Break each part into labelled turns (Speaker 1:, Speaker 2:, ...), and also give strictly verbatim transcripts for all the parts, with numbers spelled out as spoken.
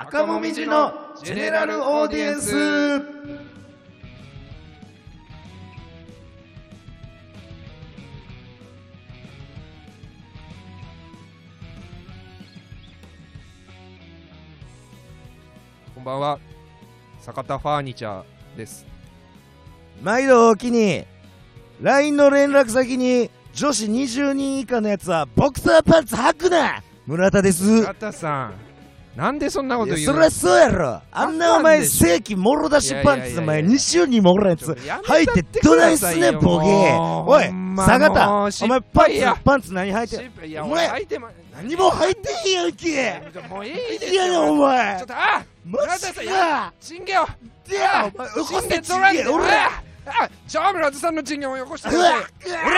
Speaker 1: 赤もみじのジェネラルオーディエンス。
Speaker 2: こんばんは、坂田ファーニチャーです。
Speaker 1: 毎度おきに ライン の連絡先に女子にじゅうにん以下のやつはボクサーパンツ履くな。村田です。
Speaker 2: 村田さん、なんでそんなこと言うの？
Speaker 1: そりゃそうやろ。あんなお前正規もろ出しパンツお前にじゅうにんもおらんやつ履いてどないすねボケ。おい坂田、お前パンツパンツ何履いてん？お前何も履いてへんやんけ。
Speaker 2: もういいですよ。
Speaker 1: いやいやお前
Speaker 2: ちょっとあ村田さんやチンゲを
Speaker 1: いや
Speaker 2: チンゲ取られて俺あじゃあ村田さんのチンゲをよこしてください。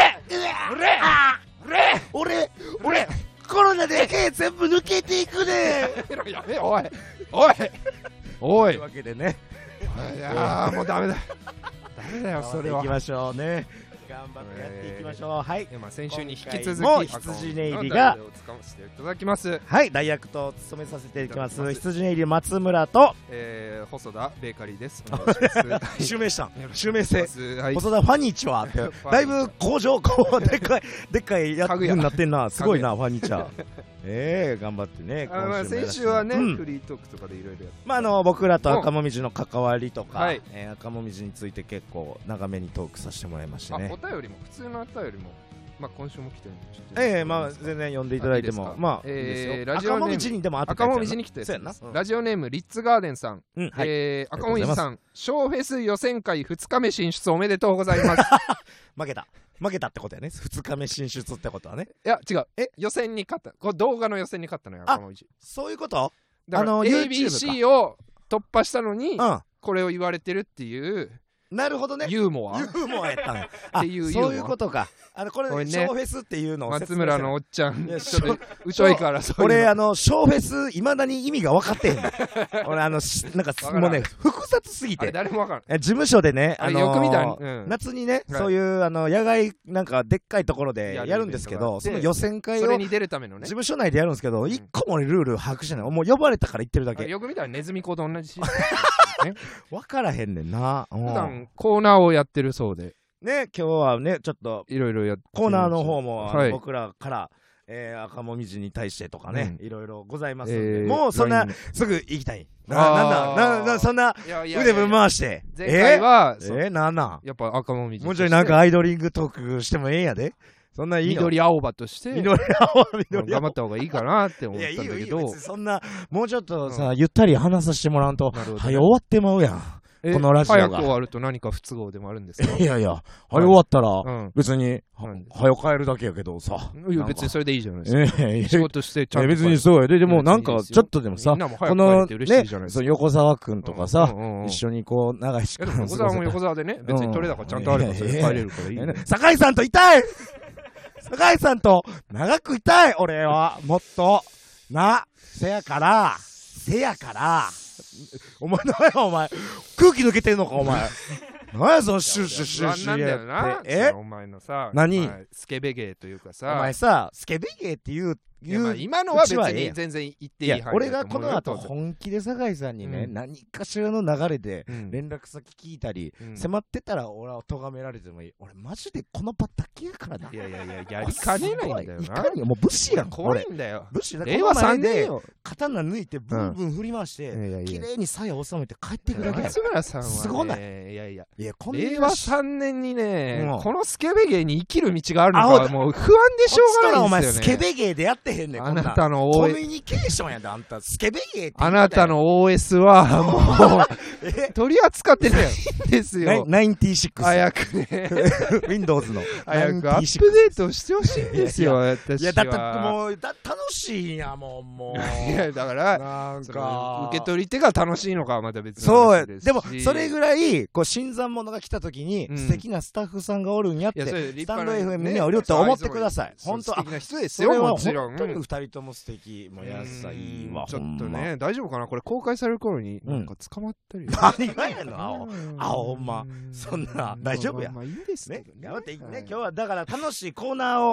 Speaker 2: 俺俺俺俺
Speaker 1: コロナで毛全部抜けていくね。
Speaker 2: やめおいおいおい。という
Speaker 1: わけでね、
Speaker 2: いやもうダメだダメだよそれは。
Speaker 1: 行きましょうね。頑張ってやっていきましょう。はい。
Speaker 2: まあ先週に引き続き
Speaker 1: も羊ね入りが
Speaker 2: 使わせていただきます。
Speaker 1: はい、代役と務めさせていただきます羊ね入り松村と
Speaker 2: えー、細田ベーカリーです。
Speaker 1: 襲名した襲名制
Speaker 2: はい、
Speaker 1: 細田ファニチャーってだいぶ工場こうでっかいでっかいやつになってんな。すごいなファニチャー。ええ頑張ってね。
Speaker 2: あまあ先週はね、うん、フリートークとかでいろいろやって、
Speaker 1: まああの僕らと赤もみじの関わりとか、はい、えー、赤もみじについて結構長めにトークさせてもらいましてね。
Speaker 2: あお便りも普通のお便りもまあ今週も来てるんでちょっ
Speaker 1: とええー、まあ全然読んでいただいてもまあ、えー、赤もみじにでも
Speaker 2: 赤もみじに来てる、うん、ラジオネームリッツガーデンさん、うん、はい、えー、赤もみじさんショーフェス予選会ふつかめ進出おめでとうございます。
Speaker 1: 負けた負けたってことやね。ふつかめ進出ってことはね。
Speaker 2: いや違う、え予選に勝った、これ動画の予選に勝ったのよ赤もみじ。
Speaker 1: そういうこと？
Speaker 2: だからあの エービーシー を突破したのに、うん、これを言われてるっていう
Speaker 1: なるほどね。
Speaker 2: ユーモア
Speaker 1: ユーモアやったんや
Speaker 2: っていう
Speaker 1: そういうことか。あのこれ、ね、ショーフェスっていうのを
Speaker 2: 松村のおっちゃんちょっと疎いからそういう
Speaker 1: 俺あのショーフェスいまだに意味が分かってへんの。俺あのなんかもうね複雑すぎて
Speaker 2: 誰も分からん。
Speaker 1: 事務所でねあのー、
Speaker 2: よく見た、うん、
Speaker 1: 夏にね、はい、そういうあの野外なんかでっかいところでやるんですけど、その予選会を
Speaker 2: それに出るためのね
Speaker 1: 事務所内でやるんですけど、一、うん、個もルール把握してない。もう呼ばれたから言ってるだけ。
Speaker 2: よく見たらネズミ講と同じし
Speaker 1: ね、分からへんねんな。
Speaker 2: 普段コーナーをやってるそうで
Speaker 1: ね、今日はねちょっと
Speaker 2: いろいろやって
Speaker 1: コーナーの方も、はい、僕らから、えー、赤もみじに対してとかね、いろいろございますので、えー、もうそんなすぐ行きたいな。なんだななそんな腕ぶん回して
Speaker 2: 前回は
Speaker 1: えー、えー、なんなん
Speaker 2: やっぱ赤もみじ
Speaker 1: もうちょいなんかアイドリングトークしてもええんやで。そんないいの
Speaker 2: 緑青葉として
Speaker 1: 緑青葉緑
Speaker 2: 頑張った方がいいかなって思ったんだけど。いやいいよいいよ
Speaker 1: 別にそんなもうちょっとさ、うん、ゆったり話させてもらうと、ね、はい終わってまうやんこのラジオが。
Speaker 2: 早く終わると何か不都合でもあるんですか？
Speaker 1: いやいや、はい終わったら、うん、別に、は、早く帰るだけやけどさ。
Speaker 2: いや別にそれでいいじゃないですか。えー、仕事してちゃんと。
Speaker 1: 別にそうやで、でもなんかちょっとでもさ、このね、その横澤くんとかさ、一緒にこう、長い時間。
Speaker 2: 横澤も横澤でね、別に取れ高ちゃんとあればそれ帰れるからいい。
Speaker 1: 酒井さんといたい酒井さんと長くいたい俺は、もっと。な、せやから、せやから、お前何やお前空気抜けてんのかお前。何やそのシュッシュッシュッシュ
Speaker 2: ッってえお前のさ
Speaker 1: 何
Speaker 2: スケベ芸というかさ
Speaker 1: お前さスケベ芸っていう
Speaker 2: いやまあ今のは別に全然言っていい範囲だと思うよ。
Speaker 1: 俺がこの後本気で酒井さんにね、うん、何かしらの流れで連絡先聞いたり、うん、迫ってたら俺は咎められてもいい。俺マジでこの場だけやからな。
Speaker 2: いやいやいややりかねないんだよな。
Speaker 1: いかにもう武士やん。
Speaker 2: 怖いんだよ。
Speaker 1: 武士だ。
Speaker 2: 令和さんねんよ。
Speaker 1: 刀抜いてブンブン振り回して綺麗に鞘を収めて帰ってくるだけ。
Speaker 2: 松村さんは、ね、
Speaker 1: すごない。
Speaker 2: いやいや
Speaker 1: いやこ
Speaker 2: ん令和さんねんにね、うん、このスケベ芸に生きる道があるのかもう不安でしょうがないんですよね。お前
Speaker 1: スケベ芸でやってへんねん。
Speaker 2: あなたの
Speaker 1: コミュニケーションやであんたスケベ芸って
Speaker 2: あなたの オーエス はもう取り扱ってないんですよ。
Speaker 1: ナインティシックス
Speaker 2: 早くね
Speaker 1: Windows の
Speaker 2: 早くアップデートしてほしいんですよ。私はい
Speaker 1: やだってもうだ楽しいんやもんもう。
Speaker 2: いやだからなんか受け取り手が楽しいのかはまた別
Speaker 1: の話ですし。そうでもそれぐらいこう新参者が来た時に素敵なスタッフさんがおるんやってスタンド エフエム にはおるよって思ってください。本当
Speaker 2: 素敵な人ですよもちろん。
Speaker 1: 本当に二人とも素敵。もうやさいいわ。
Speaker 2: ちょっとね大丈夫かなこれ公開される頃になんか捕まったり。
Speaker 1: 何がやんの青青ほんまそんな大丈夫や。
Speaker 2: まあいいですね。
Speaker 1: 頑張っていいね。今日はだから楽しいコーナーを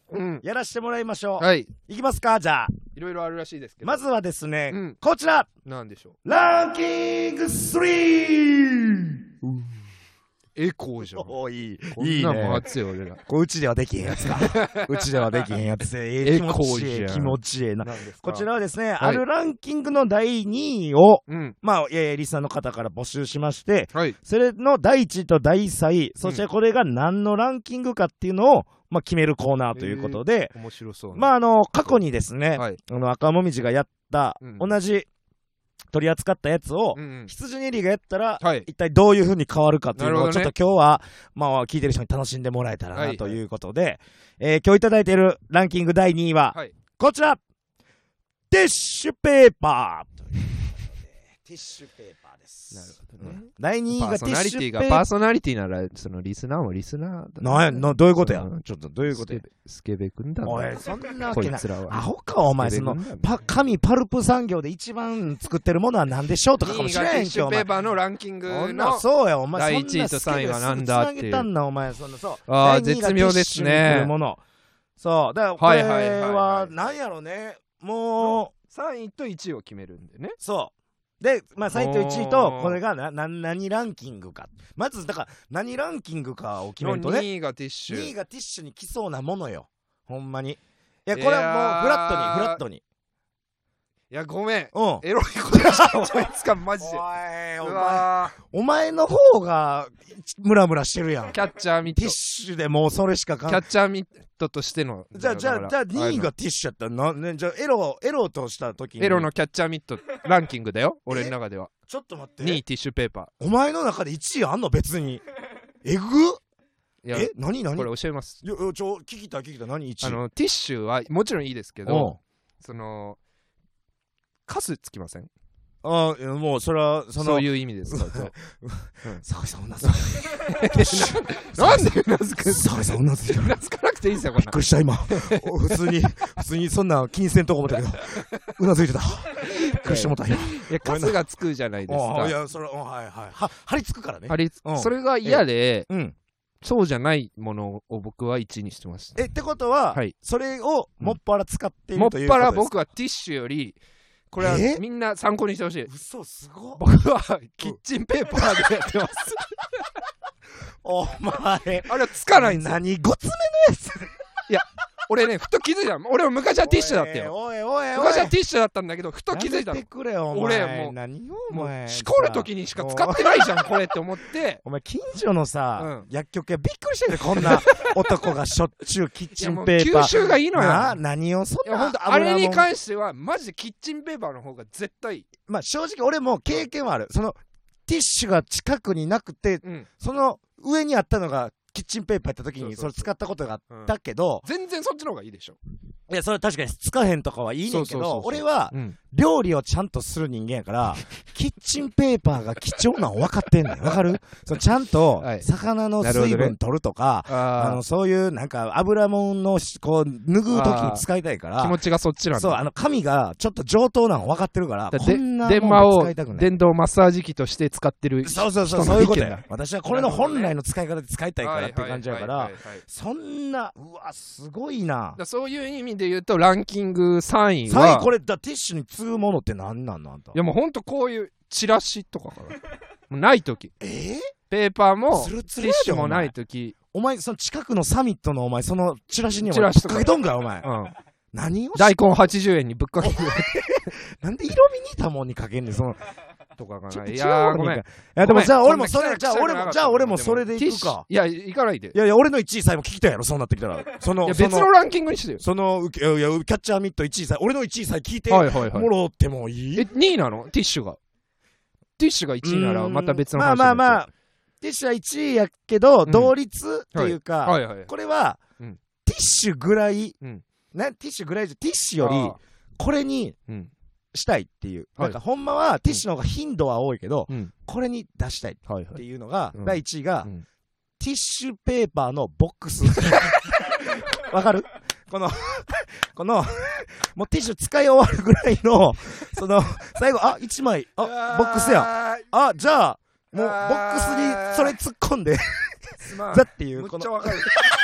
Speaker 2: うん、
Speaker 1: やらしてもらいましょう。
Speaker 2: はい。
Speaker 1: いきますか、じゃあ。
Speaker 2: いろいろあるらしいですけど。
Speaker 1: まずはですね、
Speaker 2: うん、
Speaker 1: こちら。
Speaker 2: なんでしょう。
Speaker 1: ランキングスリー。
Speaker 2: エコーじゃん。
Speaker 1: おいい。
Speaker 2: こんなんも初よ、俺ら。
Speaker 1: こううちではできへんやつか。うちではできへんやつで、ええ気持ちええ、気持ちええな。こちらはですね、はい、あるランキングのだいにいを、うん、まあ、えー、リスナーの方から募集しまして、はい、それのだいいちいとだいさんい、そしてこれが何のランキングかっていうのを、まあ、決めるコーナーということで、
Speaker 2: 面白そう、ね。
Speaker 1: まあ、あの、過去にですね、はい、あの、赤もみじがやった、うん、同じ、取り扱ったやつを、うんうん、羊ネリーがやったら、はい、一体どういう風に変わるかっていうのを、ちょっと今日は、まあ、聞いてる人に楽しんでもらえたらな、はい、ということで、はい、えー、今日いただいているランキングだいにいは、はい、こちら、ティッシュペーパー。ティッシュペーパーです。なるほどね。うん、だいにいがティッシュペーパー。
Speaker 2: パーソナリティなら、そのリスナーもリスナーだ、ね。
Speaker 1: なや、な、どういうことやちょっとどういうことや
Speaker 2: スケベくんだ
Speaker 1: おい、そんなわけない。アホか、お前、その、パ、紙パルプ産業で一番作ってるものは何でしょうとかかもしれんけど。ティッシュ
Speaker 2: ペーパーのランキングの。
Speaker 1: そうや、お前、
Speaker 2: だいいちいとさんいはなんだっていう。
Speaker 1: たんな、お前、その、そう。
Speaker 2: ああ、絶妙ですね。
Speaker 1: そう。だから、これは、なんやろね。もう。
Speaker 2: さんいといちいを決めるんでね。
Speaker 1: そう。で、まあ、さんいといちいと、これがな、な、何ランキングか。まず、だから、何ランキングかを決めるとね。
Speaker 2: にいがティッシュ。
Speaker 1: にいがティッシュに来そうなものよ。ほんまに。いや、これはもう、フラットに、フラットに。
Speaker 2: いや、ごめん。
Speaker 1: うん。
Speaker 2: エロいことしてんつか、マジで。
Speaker 1: おい、お前、お前の方が、ムラムラしてるやん。
Speaker 2: キャッチャーミット。
Speaker 1: ティッシュでもうそれしか考え
Speaker 2: キャッチャーミットとしての。
Speaker 1: じゃあ、じゃあ、じゃあ、にいがティッシュやったら、な、ね、じゃあ、エロ、エロとした時に。
Speaker 2: エロのキャッチャーミットランキングだよ。俺の中では。
Speaker 1: ちょっと待って。
Speaker 2: にいティッシュペーパー。
Speaker 1: お前の中でいちいあんの別に。えぐえ何何
Speaker 2: これ教えます。
Speaker 1: いや、ちょ、聞きたい聞きたい。何いちい
Speaker 2: あの、ティッシュはもちろんいいですけど、その、カスつきません
Speaker 1: ああ、もう、それは、その。
Speaker 2: そういう意味ですか。
Speaker 1: そう、そう、うなずい
Speaker 2: た。なんでうなずく
Speaker 1: そう、そう、うなずいた。
Speaker 2: うなずかなくていいですよ、こんな。
Speaker 1: びっくりした、今。普通に、普通にそんな気にせんとこ思ったけど、うなずいてた。びっくりしてもた、今。い
Speaker 2: や、カスがつくじゃないですか。
Speaker 1: いや、それ、はいはい。は、張り付くからね。
Speaker 2: 張り付く。それが嫌で、うん。そうじゃないものを僕はいちいにしてます。
Speaker 1: え、ってことは、それをもっぱら使っているということですか？
Speaker 2: もっぱら僕はティッシュより、これはみんな参考にしてほしい。
Speaker 1: 嘘、すごい。
Speaker 2: 僕はキッチンペーパーでやってます。
Speaker 1: お前。
Speaker 2: あれはつかないんですよ。
Speaker 1: 何ごつめのやつ
Speaker 2: いや、俺ね、ふと気づいた。俺も昔はティッシュだったよ。
Speaker 1: おいおいおい。
Speaker 2: 昔はティッシュだったんだけど、ふと気づいたの。俺もう、
Speaker 1: 何を
Speaker 2: お前。しこるときにしか使ってないじゃん、これって思って。
Speaker 1: お前、近所のさ、薬局屋びっくりしてるこんな男がしょっちゅうキッチンペーパー。
Speaker 2: 吸収がいいのよ。
Speaker 1: 何をそんな。
Speaker 2: あれに関しては、マジでキッチンペーパーの方が絶対いい。
Speaker 1: まあ正直俺も経験はある。その、ティッシュが近くになくて、その上にあったのが、キッチンペーパーやった時にそれ使ったことがあったけど、
Speaker 2: うん、全然そっちの方がいいでしょ。
Speaker 1: いや、それは確かにつかへんとかはいいねんけど、俺は料理をちゃんとする人間やから、キッチンペーパーが貴重なの分かってんねん。分かる？そのちゃんと魚の水分取るとか、ね、あのそういうなんか油もんのこう拭う時に使いたいから、
Speaker 2: 気持ちがそっちなんだ。
Speaker 1: そう、あの紙がちょっと上等なの分かってるから、
Speaker 2: こんなもん使いたくない。電動マッサージ機として使ってる。
Speaker 1: そうそうそう、そういうことや。私はこれの本来の使い方で使いたいからっていう感じやから、そんな、うわ、すごいな。
Speaker 2: そういう意味で言うと、ランキングさんいは。
Speaker 1: さんいこれ、だティッシュに次ぐものって何なんのあんた。
Speaker 2: いやもうほんとこういうチラシとかから。もうないとき。
Speaker 1: えー、
Speaker 2: ペーパーも、ティッシュもないとき。
Speaker 1: お前、その近くのサミットのお前、そのチラシにはぶっかけとんかよ、お前。うん。何を
Speaker 2: 大根はちじゅうえんにぶっかけて。
Speaker 1: なんで色味似たもんにかけんねん、その。
Speaker 2: とかかな。いやーごめん。い
Speaker 1: やでもじゃあ俺もそれ、じゃあ俺も、じゃあ俺もそれでいくか。
Speaker 2: いや、いかないで。
Speaker 1: いやいや、俺のいちいさえも聞きたいやろ、そうなってきたら。その、
Speaker 2: いや別のランキングにしてよ。
Speaker 1: その、いや、キャッチャーミットいちいさえ、俺のいちいさえ聞いてもろってもいい？
Speaker 2: え、にいなの？ティッシュが。ティッシュがいちいならまた別の
Speaker 1: 話。まあまあまあ、ティッシュはいちいやけど、同率っていうか、これは、ティッシュぐらい、な、ティッシュぐらいじゃ、ティッシュより、これに、したいっていう、なんかほんまはティッシュの方が頻度は多いけど、これに出したいっていうのが、だいいちいが、ティッシュペーパーのボックス。わかる？この、この、もうティッシュ使い終わるぐらいの、その、最後、あ、いちまい、あ、ボックスや。あ、じゃあ、もうボックスにそれ突っ込んで、ザっていう、
Speaker 2: この、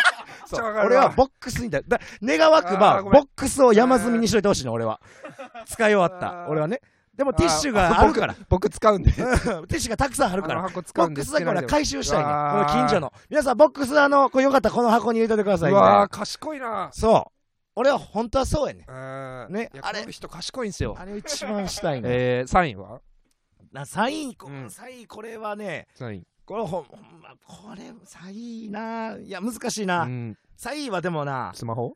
Speaker 2: ちゃわかるわ。
Speaker 1: 俺はボックスにだ、だ願わくば、ボックスを山積みにしといてほしいの、俺は。使い終わった。俺はね。でもティッシュがあるから。
Speaker 2: 僕使うんで。ティ
Speaker 1: ッシュがたくさんあるから。ボックスだから回収したいね。この近所の。皆さん、ボックスあの、これよかったらこの箱に入れといてください。
Speaker 2: うわー、賢いな。
Speaker 1: そう。俺は本当はそうやね。
Speaker 2: ね。あれ、人賢いんすよ。
Speaker 1: あれ一番したいね。
Speaker 2: えー、サインは
Speaker 1: サイン、サイン、これはね、
Speaker 2: サイン。
Speaker 1: これほんま、これ、サインな。いや、難しいな。サインはでもな。
Speaker 2: スマホ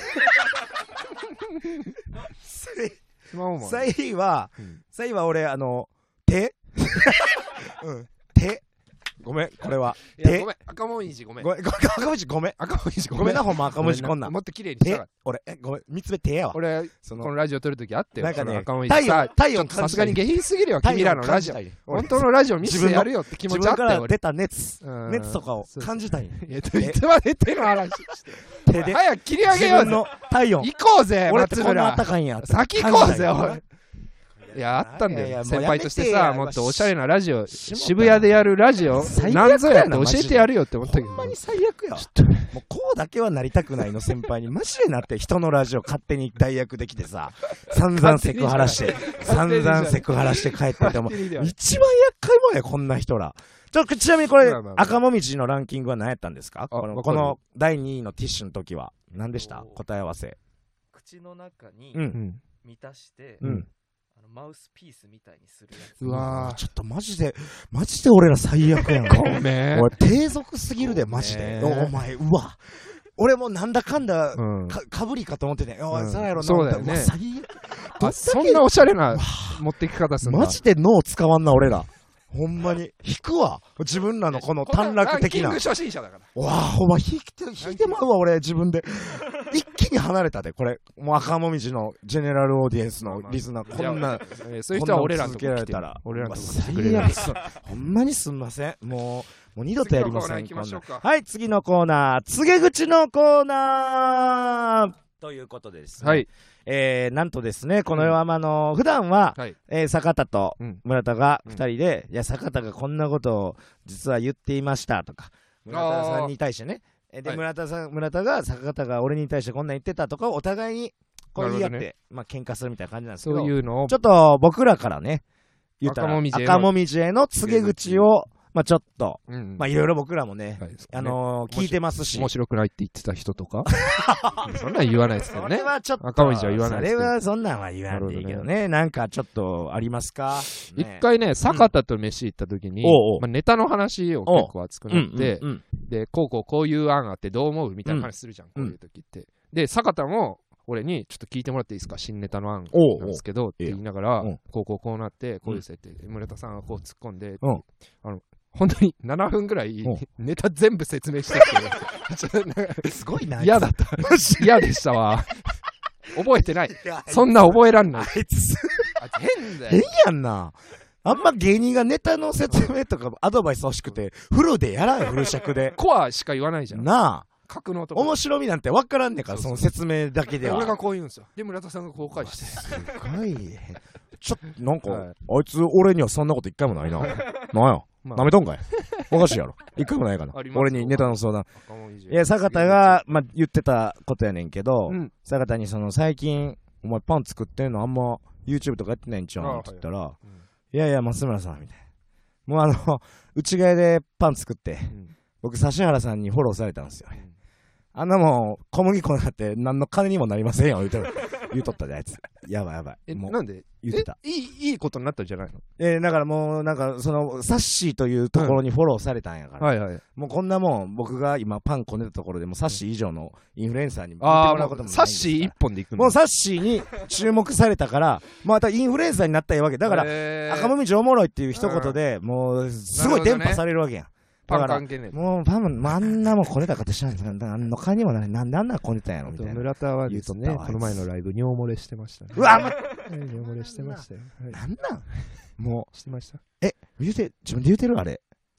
Speaker 1: スマホも。サインは、サインは俺、あの、手うん、手。ごめん、これは。
Speaker 2: 手。ごめん、赤もみじごめん。
Speaker 1: ごめん、赤もみじごめん。
Speaker 2: 赤もみじ
Speaker 1: ごめんな、ほんま赤もみじこんなん。
Speaker 2: もっと綺麗にしたかった。
Speaker 1: 俺、え、ごめん、三つ目手やわ。
Speaker 2: 俺、このラジオ撮るときあってよ。
Speaker 1: なんかね、
Speaker 2: 赤もみじさ、
Speaker 1: 太陽
Speaker 2: さすがに下品すぎるよ、君らのラジオ。本当のラジオ見せてやるよって気持ちあったよ。
Speaker 1: 自分から出た熱、熱とかを感じたい。
Speaker 2: いつまで手の話して。手で。早く切り上げようぜ。
Speaker 1: 体温。
Speaker 2: 行こうぜ、松村。
Speaker 1: あったかいんや。
Speaker 2: 先行こうぜ、おい。いや、あったんだよ。先輩としてさ、もっとおしゃれなラジオ、渋谷でやるラジオ、なんぞやって教えてやるよって思ったけど。
Speaker 1: ほんまに最悪や。もうこうだけはなりたくないの、先輩に。マジでなって人のラジオ勝手に代役できてさ、散々セクハラして、散々セクハラして帰ってても、一番厄介もんや、こんな人ら。ちょ、ちなみにこれ、赤もみじのランキングは何やったんですか？この、このだいにいのティッシュの時は。何でした？答え合わせ。
Speaker 3: 口の中に満たして、
Speaker 1: うん
Speaker 3: マウスピースみたいにするやつ。
Speaker 2: うわー、
Speaker 1: ちょっとマジでマジで俺ら最悪やん。
Speaker 2: ごめん。
Speaker 1: 俺低俗すぎるでマジで。お前うわ。俺もなんだかんだかぶりかと思ってて、おいそうやろな。
Speaker 2: そうだよね。
Speaker 1: 最悪。
Speaker 2: あ、そんなおしゃれな持ってき方するんだ。
Speaker 1: マジで脳使わんな俺ら。ほんまに引くわ自分らのこの短絡的な。
Speaker 2: ランキング初心者だから。
Speaker 1: わあお前引いて引いてまうわ俺自分で。一気に離れたでこれもう赤もみじのジェネラルオーディエンスのリスナーこんな
Speaker 2: そういう人は俺らと
Speaker 1: けられたら
Speaker 2: 俺らと
Speaker 1: 最悪ほんまにすんませんもうもう二度とやりません。はい次のコーナー告げ口のコーナーということでですね。
Speaker 2: はい。
Speaker 1: えー、なんとですね、この世は、あの、普段は、はい、えー、坂田と村田が二人で、うん、いや、坂田がこんなことを実は言っていましたとか、村田さんに対してね、で、はい、村田さん、村田が坂田が俺に対してこんなん言ってたとかをお互いにこう言い合って、ね、まあ喧嘩するみたいな感じなんですけど、
Speaker 2: そういうのを
Speaker 1: ちょっと僕らからね、言ったら赤もみじへの告げ口を、まあちょっと、うん、まあいろいろ僕らもね、はい、あのー、聞いてますし。
Speaker 2: 面白くないって言ってた人とかそんなん言わないですけどね。
Speaker 1: それはちょっと、
Speaker 2: 赤もみじは言わないですけど。
Speaker 1: それはそんなんは言わないけどね。なんかちょっとありますか？
Speaker 2: 一回ね、坂田と飯行った時に、まあネタの話を結構熱くなって、で、こうこうこういう案あってどう思うみたいな話するじゃん、こういう時って。で、坂田も、俺にちょっと聞いてもらっていいですか新ネタの案なんですけどって言いながら、こうこうこうなって、こういう設定で、村田さんがこう突っ込んで、あの、本当にななふんぐらいネタ全部説明して
Speaker 1: てすごいな
Speaker 2: 嫌だった嫌でしたわ覚えてないそんな覚えらんない
Speaker 1: あいつ
Speaker 2: 変だよ
Speaker 1: 変やんなあんま芸人がネタの説明とかアドバイス欲しくてフルでやらんフル尺で
Speaker 2: コアしか言わないじゃん
Speaker 1: なあ
Speaker 2: 格納と
Speaker 1: 面白みなんて分からんねんからその説明だけでは
Speaker 2: 俺がこう言うんですよで村田さんがこう返して
Speaker 1: すごいちょっとなんか、はい、あいつ俺にはそんなこと一回もないななんやまあ、舐めとんかいおかしいやろ一回もないかな俺にネタの相談いや坂田が、まあ、言ってたことやねんけど、うん、坂田にその最近お前パン作ってんのあんま YouTube とかやってないんちゃうんって言ったら、はい、いやいや松村さんみたいなもうあの内側でパン作って、うん、僕指原さんにフォローされたんですよ、うん、あんなもん小麦粉なんて何の金にもなりませんよ言うてる言うとったであいつやばいやばい
Speaker 2: えなんで
Speaker 1: 言ってた
Speaker 2: いいいいことになったんじゃないの
Speaker 1: えー、だからもうなんかそのサッシーというところにフォローされたんやから、
Speaker 2: うんはいはい、
Speaker 1: もうこんなもん僕が今パンこねたところでもうサッシー以上のインフルエンサーに見てもらうこともないんですから、
Speaker 2: サッシー一本でいくの
Speaker 1: もうサッシーに注目されたからまたインフルエンサーになったわけだから、えー、赤もみじおもろいっていう一言で、うん、もうすごい伝播されるわけやん
Speaker 2: パン関係ねえ
Speaker 1: もうパンあんなもんこねたかって知らん何の金にもならなんであんなこねたんやろみたいな
Speaker 2: 村田はですねこの前のライブ尿漏れしてましたね
Speaker 1: うわま
Speaker 2: 尿漏れしてましたよ
Speaker 1: なんなんも
Speaker 2: うしてました
Speaker 1: え言うて自分で言うてるあれ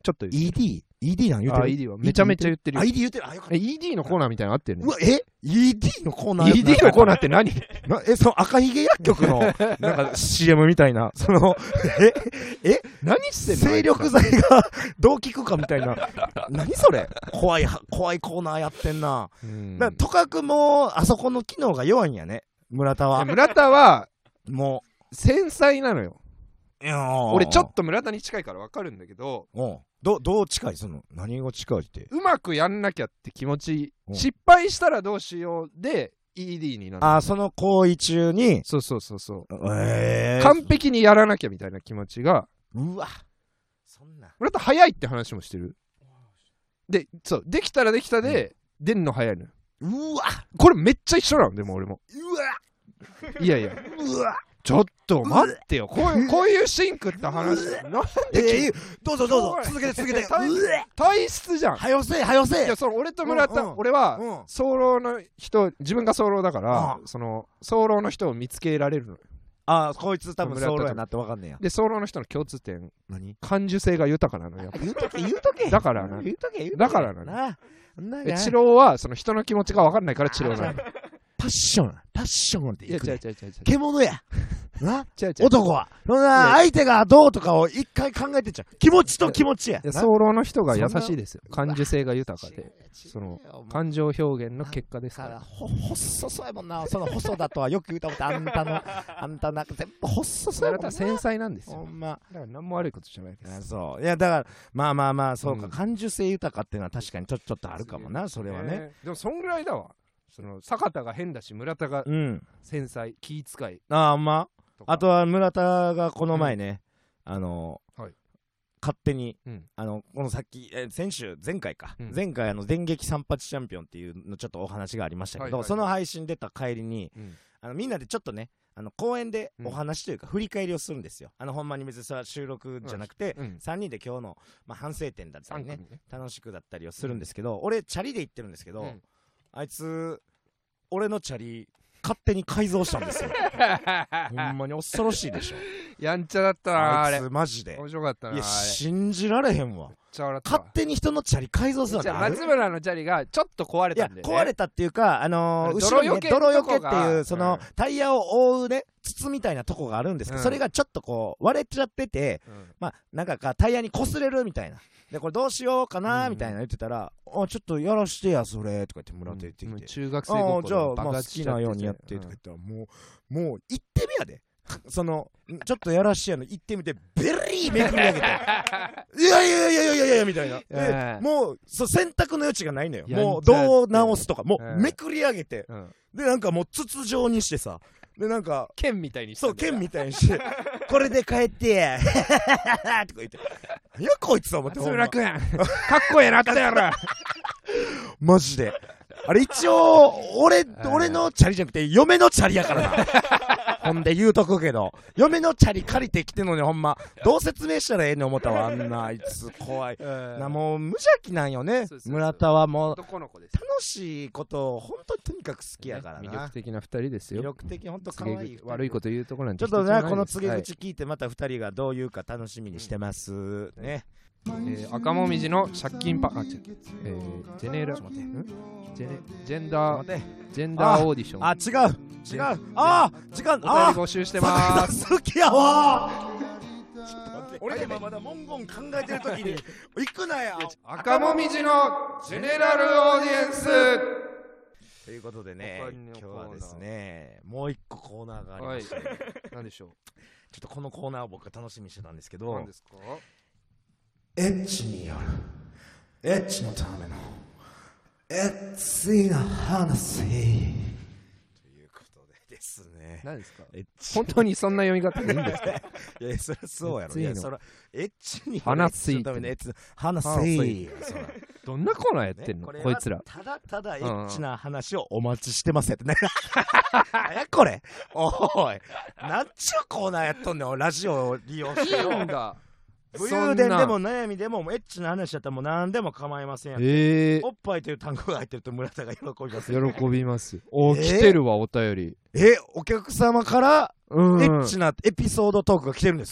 Speaker 2: ちょっと
Speaker 1: イーディー？ イーディー なん言うてる？
Speaker 2: あ、イーディー はめちゃめちゃ言ってるよ。
Speaker 1: イーディー 言ってる。あ、よかった。
Speaker 2: イーディー のコーナーみたいなのあってるね。
Speaker 1: うわ、え イーディー のコーナー
Speaker 2: イーディー のコーナーって何？
Speaker 1: なえ、その赤ひげ薬局の、なんか シーエム みたいな、その、え、え
Speaker 2: 何してんの？
Speaker 1: 精力剤がどう効くかみたいな。何それ？怖い、怖いコーナーやってんな。
Speaker 2: うん。
Speaker 1: だからとかくも、あそこの機能が弱いんやね。村田は。
Speaker 2: 村田は、
Speaker 1: も
Speaker 2: う、繊細なのよ。
Speaker 1: う、いやー
Speaker 2: 俺ちょっと村田に近いから分かるんだけど、
Speaker 1: うんど、どう近いその、何が近いって。
Speaker 2: うまくやんなきゃって気持ち、
Speaker 1: うん
Speaker 2: 失敗したらどうしようで イーディー になる。
Speaker 1: あ、その行為中に、
Speaker 2: そうそうそうそう。
Speaker 1: えー、
Speaker 2: 完璧にやらなきゃみたいな気持ちが、
Speaker 1: うわ、そんな。
Speaker 2: 村田早いって話もしてる。で、そう、できたらできたで、出んの早いのよ。
Speaker 1: うわ、
Speaker 2: これめっちゃ一緒なの、でも俺も。
Speaker 1: うわ、
Speaker 2: いやいや、
Speaker 1: うわ、
Speaker 2: ちょっと待ってよ。こういう、こういうシンクって話。なんで
Speaker 1: えー、どうぞどうぞ、続けて続けて。
Speaker 2: 体
Speaker 1: うわ、
Speaker 2: 体質じゃん。
Speaker 1: はよせえ、はよせえ。
Speaker 2: いや、その俺と村田、
Speaker 1: うんうん
Speaker 2: 俺は、
Speaker 1: うん
Speaker 2: 早漏の人、自分が早漏だから、
Speaker 1: う
Speaker 2: その、早漏の人を見つけられるのよ。
Speaker 1: あ、こいつ多分ソロやなってわかんねえや。
Speaker 2: で、早漏の人の共通点、
Speaker 1: 何
Speaker 2: 感受性が豊かなのよ。
Speaker 1: 言うとけ、言うとけ。
Speaker 2: だからな。
Speaker 1: 言うとけ、言うとけ。
Speaker 2: だからな
Speaker 1: な。な
Speaker 2: で、治療は、その人の気持ちが分かんないから治療なの。
Speaker 1: パッション、パッションって
Speaker 2: いや、
Speaker 1: 言うね。
Speaker 2: 違う違う違う違う。
Speaker 1: 獣や。な
Speaker 2: 違う違う。
Speaker 1: 男は。そんな、相手がどうとかを一回考えてちゃう。気持ちと気持ちや。
Speaker 2: いや、早漏の人が優しいですよ。感受性が豊かで。その、感情表現の結果ですか
Speaker 1: から
Speaker 2: ら。
Speaker 1: ほ細そうやもんな。その細だとはよく言うたことあんたの、あんたなんか全部細そうやもんな。
Speaker 2: 村田繊細なんですよ。
Speaker 1: ほんま。
Speaker 2: だから何も悪いことじゃないで
Speaker 1: あ
Speaker 2: す。
Speaker 1: そう。いや、だから、まあまあまあ、そうか。
Speaker 2: うん
Speaker 1: 感受性豊かっていうのは確かにちょちょっとあるかもな、それはね。。
Speaker 2: でも、そんぐらいだわ。その、坂田が変だし、村田が
Speaker 1: うん。
Speaker 2: 繊細、気遣い
Speaker 1: ああ、ま
Speaker 2: とか。
Speaker 1: あ。あとは村田がこの前ね、あの、
Speaker 2: はい
Speaker 1: 勝手に、
Speaker 2: うん
Speaker 1: あの、このさっき、え先週、前回か。
Speaker 2: うん
Speaker 1: 前回、あの、電撃三八チャンピオンっていうのちょっとお話がありましたけど、
Speaker 2: はいはいはい
Speaker 1: その配信出た帰りに、
Speaker 2: うん
Speaker 1: あのみんなでちょっとね、あの公園でお話というか、振り返りをするんですよ。あのほんまに別にそれは収録じゃなくて、
Speaker 2: うん
Speaker 1: さんにんで今日の、まあ、反省点だったりね、
Speaker 2: ね。
Speaker 1: 楽しくだったりをするんですけど、俺、チャリで行ってるんですけど、
Speaker 2: うん
Speaker 1: あいつ、俺のチャリ、勝手に改造したんですよ。ほんまに恐ろしいでしょ。
Speaker 2: やんちゃだったな、あれ。
Speaker 1: あいつ、マジで。
Speaker 2: 面白かったな、あれ。
Speaker 1: いや、
Speaker 2: めっ
Speaker 1: 信じられへんわ。
Speaker 2: ちゃ笑ったわ。
Speaker 1: 勝手に人のチャリ改造するなん
Speaker 2: じゃあ、
Speaker 1: てある
Speaker 2: 松村のチャリがちょっと壊れ
Speaker 1: いや
Speaker 2: たんで、ね。
Speaker 1: 壊れたっていうか、あのー、
Speaker 2: あれ
Speaker 1: 後ろに、ね、
Speaker 2: 泥
Speaker 1: 泥よけ
Speaker 2: よけんとこが
Speaker 1: っていう、その、
Speaker 2: うん
Speaker 1: タイヤを覆うね、筒みたいなとこがあるんですけど、
Speaker 2: うん
Speaker 1: それがちょっとこう、割れちゃってて、
Speaker 2: うん
Speaker 1: まあ、なんかか、タイヤに擦れるみたいな。で、これどうしようかな、
Speaker 2: うん
Speaker 1: みたいな言ってたら、あ、ちょっとやらしてや、それ、とか言って村田言ってきて。
Speaker 2: もう中学生
Speaker 1: あ
Speaker 2: 心
Speaker 1: あ、じゃあ、まあ、好
Speaker 2: 爆発しちゃ
Speaker 1: きなようにやって、
Speaker 2: て
Speaker 1: とか言ったら、もう、もう、行ってみやで。その、ちょっとやらしてやの、行ってみて、ベリーめくり上げて。いやいやいやいやいやいやいや、みたいな。で、もう、そう、選択の余地がないのよ。
Speaker 2: やんちゃ
Speaker 1: もう、どう直すとか、もう、
Speaker 2: うん
Speaker 1: めくり上げて、
Speaker 2: うん
Speaker 1: で、なんかもう、筒状にしてさ、で、なんか、
Speaker 2: 剣みたいにした
Speaker 1: そう、
Speaker 2: んだよ
Speaker 1: 剣みたいにして、これで帰ってや、とか言って、いや、こいつは思って、
Speaker 2: 松村君かっこええなったやろ。
Speaker 1: マジで。あれ一応、俺、俺のチャリじゃなくて、嫁のチャリやからな。ほんで言うとくけど、嫁のチャリ借りてきてんのにほんま、どう説明したらええねん思ったわ、あんな、あいつ怖い。な、もう無邪気なんよね
Speaker 2: そうそうそう
Speaker 1: 村田はもう、
Speaker 2: 男の子です。
Speaker 1: 楽しいことを本当にとにかく好きやからな。
Speaker 2: 魅力的な二人です
Speaker 1: 魅
Speaker 2: よ。
Speaker 1: 力的、本当可愛い。
Speaker 2: 悪いこと言うところなんて
Speaker 1: ちょっとね、この告げ
Speaker 2: はい
Speaker 1: 口聞いて、また二人がどう言うか楽しみにしてます。ね。
Speaker 2: えー赤もみじの借金パ、あ、違う、えー、ジェネラ、ちょっと待って、んジェネ、ジェンダー、
Speaker 1: 待って。
Speaker 2: ジェンダーオーディション。
Speaker 1: あ、違う。違う。あー時間、
Speaker 2: お便り
Speaker 1: あ
Speaker 2: 募集してまーす。
Speaker 1: 好きやわーちょっと待って俺今まだ文言考えてる時に行くなや
Speaker 2: 赤もみじのジェネラルオーディエンス。
Speaker 1: ということでね
Speaker 2: 他にの
Speaker 1: 今日はです
Speaker 2: コ
Speaker 1: ねもう一個コーナーがありまして、
Speaker 2: 何でしょ
Speaker 1: ちょっとこのコーナーを僕は楽しみにしてたんですけ
Speaker 2: う。
Speaker 1: ど
Speaker 2: 何ですか。
Speaker 1: エッチによるエッチのためのエッチな話ということでですね
Speaker 2: 何ですか。
Speaker 1: エッチ
Speaker 2: 本当にそんな読み方でいいんですか。
Speaker 1: いやそりゃそうやろ
Speaker 2: エッチいの
Speaker 1: いやそらエッチに
Speaker 2: 話すい
Speaker 1: エッチのためのエッチ話
Speaker 2: 話す
Speaker 1: せ
Speaker 2: い
Speaker 1: いそら
Speaker 2: どんなコーナーやってんの、
Speaker 1: ね
Speaker 2: こいつら。
Speaker 1: ただただエッチな話をお待ちしてますやってね。何やこれおい、なんちゅうコーナーやっとんねん、ラジオを利用してよ。
Speaker 2: いいんだ。
Speaker 1: 武勇伝でも悩みでもエッチな話だったらもう何でも構いませんやん。
Speaker 2: えー
Speaker 1: おっぱいという単語が入ってると村田が喜びます。
Speaker 2: 喜びます。お、
Speaker 1: えー
Speaker 2: 来てるわ、お便り。
Speaker 1: え、お客様から
Speaker 2: うん。
Speaker 1: エッチなエピソードトークが来てるんですか？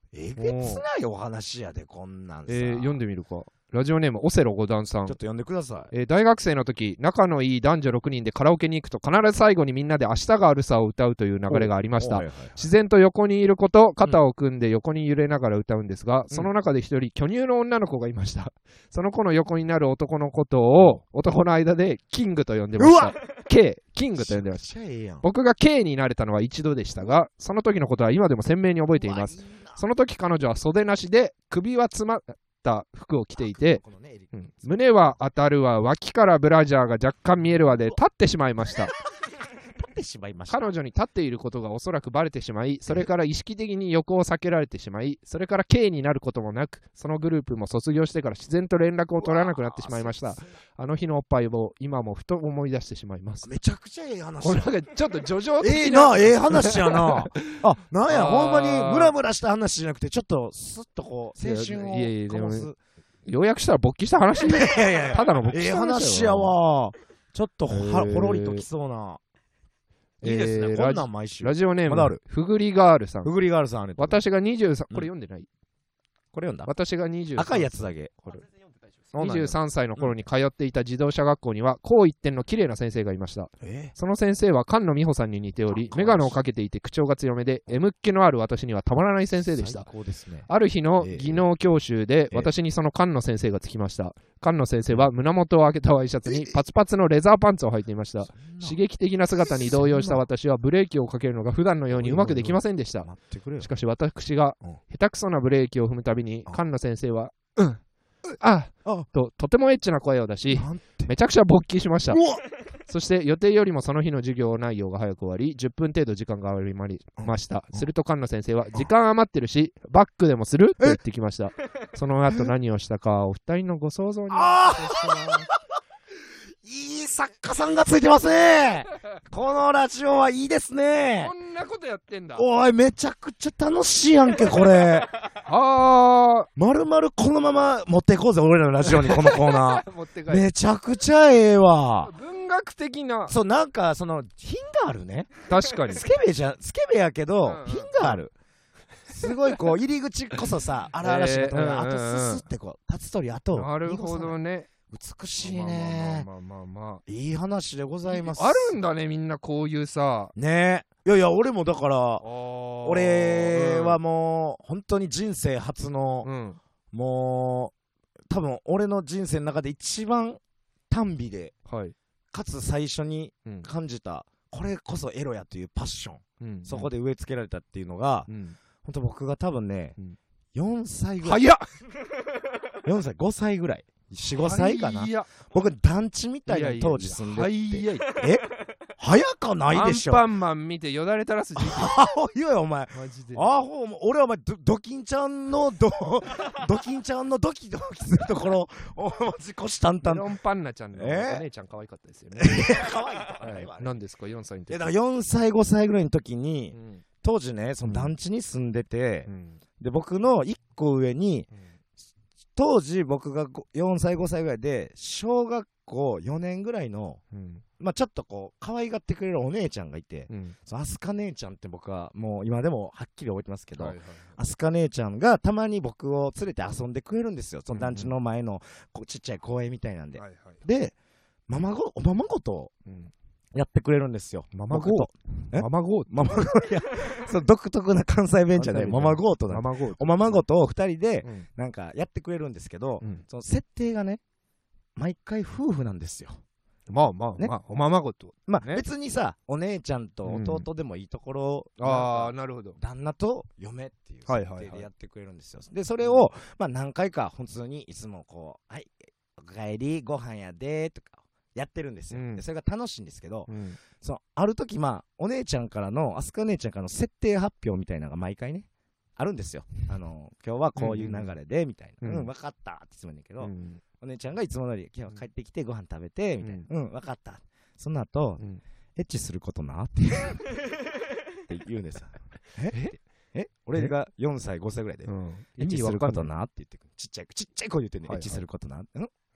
Speaker 1: えげつないお話やで、こんなんさ。
Speaker 2: えー、読んでみるか。ラジオネームオセロ五段さん。
Speaker 1: ちょっと読んでください。
Speaker 2: えー、大学生の時、仲のいい男女ろくにんでカラオケに行くと必ず最後にみんなで明日があるさを歌うという流れがありました。自然と横にいる子と肩を組んで横に揺れながら歌うんですが、うん、その中で一人巨乳の女の子がいました。その子の横になる男のことを男の間でキングと呼んでました。K、キングと呼んでました。僕が K になれたのは一度でしたが、その時のことは今でも鮮明に覚えています。その時彼女は袖なしで首は詰まった服を着ていて、うん、胸は当たるわ、脇からブラジャーが若干見えるわで立ってしまいました。彼女に立っていることがおそらくバレてしまい、それから意識的に横を避けられてしまい、それから K になることもなく、そのグループも卒業してから自然と連絡を取らなくなってしまいました。あの日のおっぱいを今もふと思い出してしまいます。
Speaker 1: めちゃくちゃええ話。
Speaker 2: これなんかちょっと叙情的な。
Speaker 1: ええな、ええ話やな。あ、なんや、ほんまにムラムラした話じゃなくて、ちょっとスッとこう、青春を醸す。
Speaker 2: 要約したら勃起した話。いやいやいや、ただの勃起した話。
Speaker 1: ええ話やわ。ちょっとほろりときそうな。いいですね、こんなん毎週。
Speaker 2: ラジオネーム、ふぐりガールさん。
Speaker 1: ふぐりガールさん、
Speaker 2: 私がにじゅうさん、これ読んでない？
Speaker 1: これ読んだ？
Speaker 2: 私がにじゅうさん。
Speaker 1: 赤いやつだけ。
Speaker 2: にじゅうさんさいの頃に通っていた自動車学校には、高一点の綺麗な先生がいました。その先生は菅野美穂さんに似ており、メガネをかけていて口調が強めで、M っ気のある私にはたまらない先生でした。ある日の技能教習で、私にその菅野先生がつきました。菅野先生は胸元を開けたワイシャツにパツパツのレザーパンツを履いていました。刺激的な姿に動揺した私はブレーキをかけるのが普段のようにうまくできませんでした。しかし私が下手くそなブレーキを踏むたびに菅野先生は、うん、ああととてもエッチな声を出し、めちゃくちゃ勃起しました。そして予定よりもその日の授業内容が早く終わり、じゅっぷん程度時間が余りました。すると菅野先生は、時間余ってるしバックでもすると言ってきました。その後何をしたかお二人のご想像にお願いします。
Speaker 1: いい作家さんがついてますね。このラジオはいいですね。
Speaker 2: こんなことやってんだ。
Speaker 1: おい、めちゃくちゃ楽しいやんけ、これ。あー、まるまるこのまま持っていこうぜ、俺らのラジオに、このコーナー。持って帰る。めちゃくちゃええわ。
Speaker 2: 文学的な。
Speaker 1: そう、なんか、その、品があるね。
Speaker 2: 確かに。
Speaker 1: スケベじゃ、スケベやけど、うんうん、品がある。すごいこう、入り口こそさ、荒々しいところが、あとすすってこう、立つ鳥あと。
Speaker 2: なるほどね。
Speaker 1: 美しいね。まあまあまあまあ。いい話でございます。
Speaker 2: あるんだね、みんなこういうさ。
Speaker 1: ねえ。いやいや、俺もだから、俺はもう、本当に人生初の、うん、もう、多分俺の人生の中で一番短美で、はい、かつ最初に感じた、うん、これこそエロやというパッション、うん、そこで植え付けられたっていうのが、うん、本当僕が多分ね、うん、よんさいぐらい。
Speaker 2: 早っ
Speaker 1: よんさい、ごさいぐらい。よん、ごさいかな。僕団地みたいな当時住んでて。いやいやえ早かないでしょ。
Speaker 2: アンパンマン見てよだれ垂らす時期。
Speaker 1: アホ言えよお前。マジで。アホ、俺はお前ド、ドキンちゃんのド、ドキンちゃんのドキドキするところ、おマジ虎視眈々。
Speaker 2: メロンパンナちゃんのお姉ちゃん可愛かったですよね。
Speaker 1: 可愛いとかないわ。
Speaker 2: 何ですか、よんさいの時。
Speaker 1: だからよんさい、ごさいぐらいの時に、当時ね、その団地に住んでて、で、僕のいっこ上に、当時僕がよんさいごさいぐらいで小学校よねんぐらいの、うん、まあちょっとこう可愛がってくれるお姉ちゃんがいて、うん、アスカ姉ちゃんって僕はもう今でもはっきり覚えてますけど、はいはいはい、アスカ姉ちゃんがたまに僕を連れて遊んでくれるんですよ。その団地の前のこうちっちゃい公園みたいなんで、はいはい、でママごおままごと、うんやってくれるんですよ。
Speaker 2: ママゴート。
Speaker 1: ママゴート。ママゴート。いや、その独特な関西弁じゃない。ママゴートだ。ママゴート。おままごとを二人で、なんかやってくれるんですけど、うん、その設定がね、毎回夫婦なんですよ。
Speaker 2: まあまあ、ね、まあ、おままごと。
Speaker 1: まあ、ね、別にさ、お姉ちゃんと弟でもいいところ、
Speaker 2: うん、ああ、なるほど。
Speaker 1: 旦那と嫁っていう設定でやってくれるんですよ。はいはいはい、で、それを、まあ何回か普通にいつもこう、はい、おかえり、ご飯やで、とか。やってるんですよ、うん、でそれが楽しいんですけど、うん、そのある時まあお姉ちゃんからのアスカ姉ちゃんからの設定発表みたいなのが毎回ねあるんですよ。あの今日はこういう流れでみたいな、うん、うん、分かったって言うんだけど、うん、お姉ちゃんがいつも通り今日は帰ってきてご飯食べてみたいな、うん、うん、分かった。その後、うん、エッチすることなってって言うんですよ。ええ俺がよんさいごさいぐらいで、うん、エッチすることなって言ってくる。ちっちゃいちっちゃい声言ってんね、はいはい、エッチすることな、うん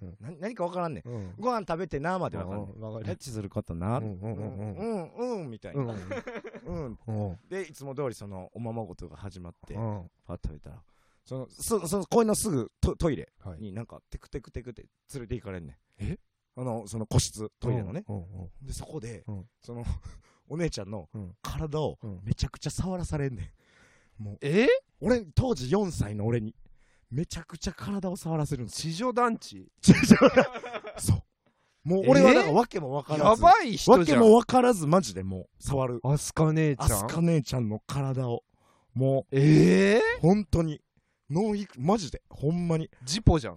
Speaker 1: 何か分からんねん。ご飯食べてなまで分かんねん。タッチすることな。うんうんうんみたいな。うんでいつも通りそのおままごとが始まってパッと食べたらそのそそのこういうのすぐトイレになんかテクテクテクって連れて行かれんねん。えあのその個室トイレのね。でそこでそのお姉ちゃんの体をめちゃくちゃ触らされんねん。もう
Speaker 2: え
Speaker 1: 俺当時よんさいの俺にめちゃくちゃ体を触らせるんです。
Speaker 2: 地上団地
Speaker 1: 地上そうもう俺はなんか訳も分からず、
Speaker 2: やばい人じゃん。
Speaker 1: 訳も分からずマジでもう触る
Speaker 2: アスカ姉ちゃん
Speaker 1: アスカ姉ちゃんの体をもう
Speaker 2: ええー、
Speaker 1: 本当にノーヒクマジでほんまに
Speaker 2: ジポじゃん